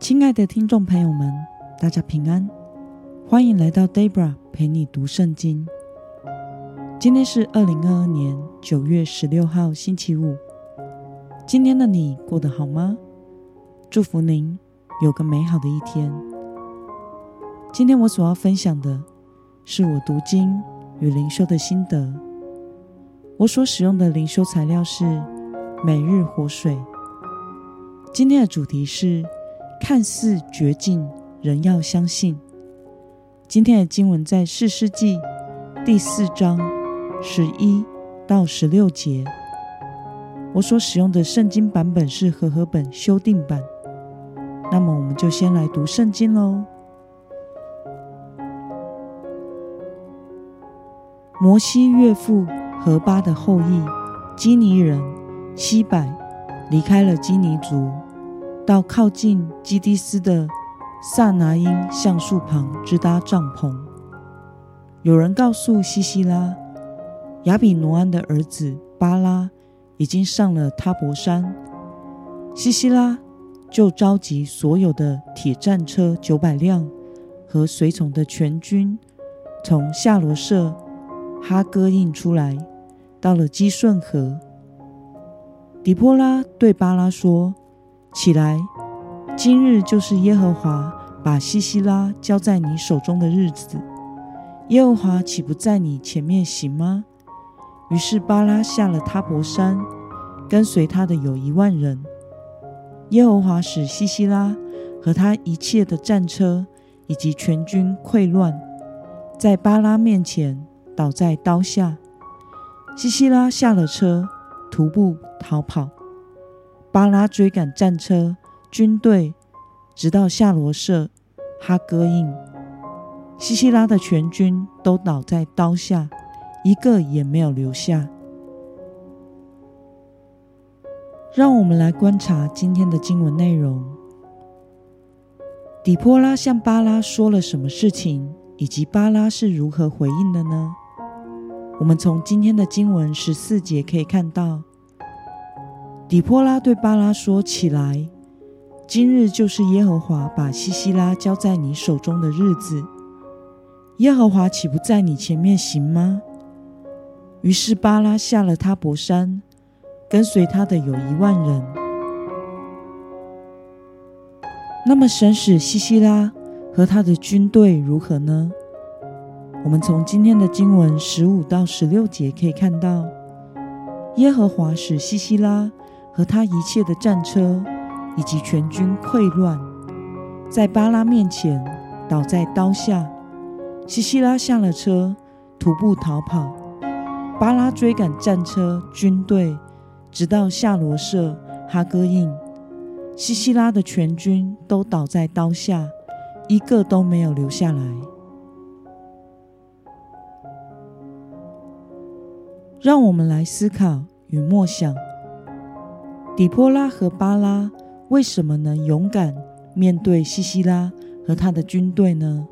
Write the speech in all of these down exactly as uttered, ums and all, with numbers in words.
亲爱的听众朋友们，大家平安，欢迎来到 Debra 陪你读圣经。今天是二零二二年九月十六号星期五。今天的你过得好吗？祝福您有个美好的一天。今天我所要分享的是我读经与灵修的心得。我所使用的灵修材料是每日活水。今天的主题是看似绝境，仍要相信。今天的经文在士师记第四章十一到十六节。我所使用的圣经版本是和合本修订版。那么我们就先来读圣经咯。摩西岳父何巴的后裔基尼人西百离开了基尼族，到靠近基低斯的撒拿因橡树旁支搭帐篷。有人告诉西西拉，亚比挪安的儿子巴拉已经上了他伯山。西西拉就召集所有的铁战车九百辆和随从的全军，从夏罗舍哈哥印出来，到了基顺河。底波拉对巴拉说，起来，今日就是耶和华把西西拉交在你手中的日子，耶和华岂不在你前面行吗？于是巴拉下了他伯山，跟随他的有一万人。耶和华使西西拉和他一切的战车以及全军溃乱，在巴拉面前倒在刀下。西西拉下了车，徒步逃跑。巴拉追赶战车军队，直到夏罗舍哈哥印。西西拉的全军都倒在刀下，一个也没有留下。让我们来观察今天的经文内容。底波拉向巴拉说了什么事情，以及巴拉是如何回应的呢？我们从今天的经文十四节可以看到，底波拉对巴拉说，起来，今日就是耶和华把西西拉交在你手中的日子，耶和华岂不在你前面行吗？于是巴拉下了他伯山，跟随他的有一万人。那么神使西西拉和他的军队如何呢？我们从今天的经文十五到十六节可以看到，耶和华使西西拉和他一切的战车以及全军溃乱，在巴拉面前倒在刀下。西西拉下了车，徒步逃跑。巴拉追赶战车军队，直到夏罗舍哈哥印。西西拉的全军都倒在刀下，一个都没有留下来。让我们来思考与默想，底波拉和巴拉为什么能勇敢面对西西拉和他的军队呢？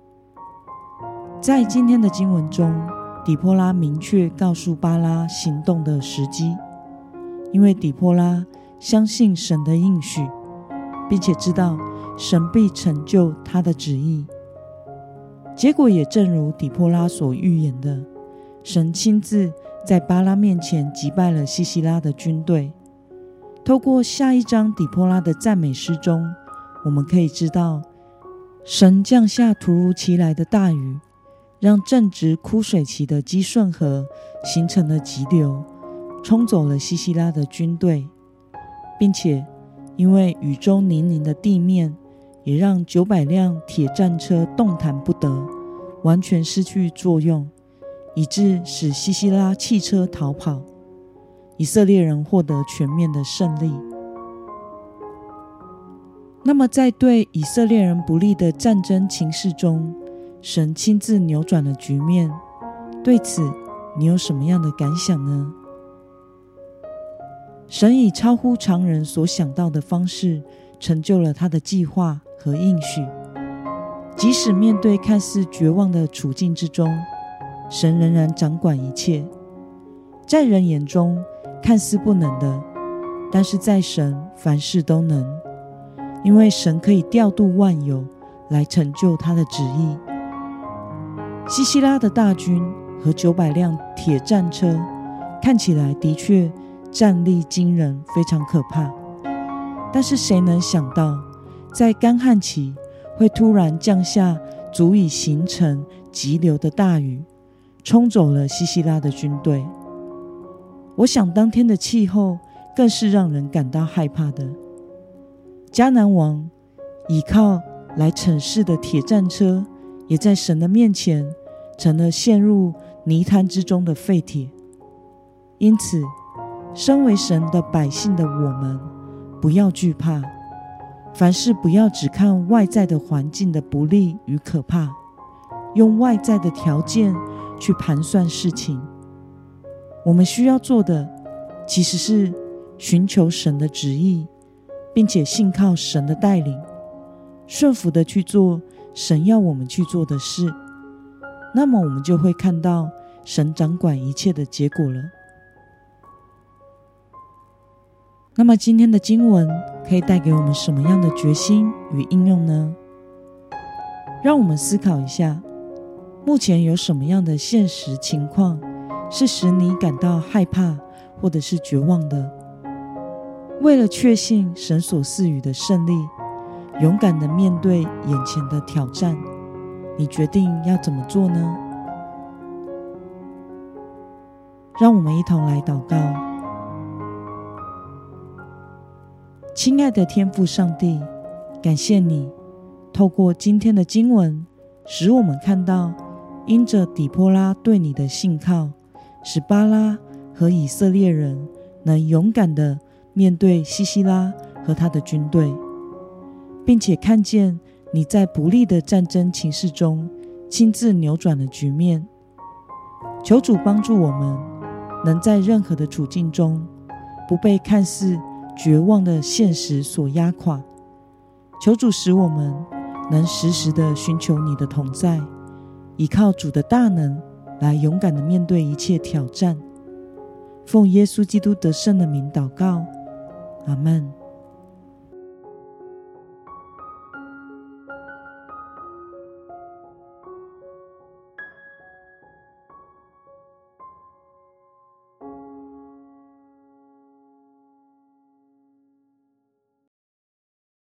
在今天的经文中，底波拉明确告诉巴拉行动的时机，因为底波拉相信神的应许，并且知道神必成就他的旨意。结果也正如底波拉所预言的，神亲自在巴拉面前击败了西西拉的军队。透过下一章底波拉的赞美诗中，我们可以知道，神降下突如其来的大雨，让正值枯水期的基顺河形成了急流，冲走了西西拉的军队，并且因为雨中泥泞的地面，也让九百辆铁战车动弹不得，完全失去作用，以致使西西拉弃车逃跑，以色列人获得全面的胜利。那么在对以色列人不利的战争情势中，神亲自扭转了局面，对此你有什么样的感想呢？神以超乎常人所想到的方式成就了他的计划和应许。即使面对看似绝望的处境之中，神仍然掌管一切。在人眼中看似不能的，但是在神凡事都能。 因为神可以调度万有来成就他的旨意。西西拉的大军和九百辆铁战车看起来的确战力惊人，非常可怕。但是谁能想到，在干旱期会突然降下足以形成急流的大雨，冲走了西西拉的军队。我想当天的气候更是让人感到害怕的。迦南王倚靠来惩示的铁战车，也在神的面前成了陷入泥潭之中的废铁。因此，身为神的百姓的我们，不要惧怕，凡事不要只看外在的环境的不利与可怕，用外在的条件去盘算事情。我们需要做的，其实是寻求神的旨意，并且信靠神的带领，顺服的去做神要我们去做的事。那么我们就会看到神掌管一切的结果了。那么今天的经文可以带给我们什么样的决心与应用呢？让我们思考一下，目前有什么样的现实情况是使你感到害怕或者是绝望的？为了确信神所赐予的胜利，勇敢地面对眼前的挑战，你决定要怎么做呢？让我们一同来祷告。亲爱的天父上帝，感谢你透过今天的经文，使我们看到因着底波拉对你的信靠，使巴拉和以色列人能勇敢地面对西西拉和他的军队，并且看见你在不利的战争情势中亲自扭转了局面。求主帮助我们能在任何的处境中不被看似绝望的现实所压垮。求主使我们能时时地寻求你的同在，依靠主的大能来勇敢地面对一切挑战。奉耶稣基督得胜的名祷告，阿们。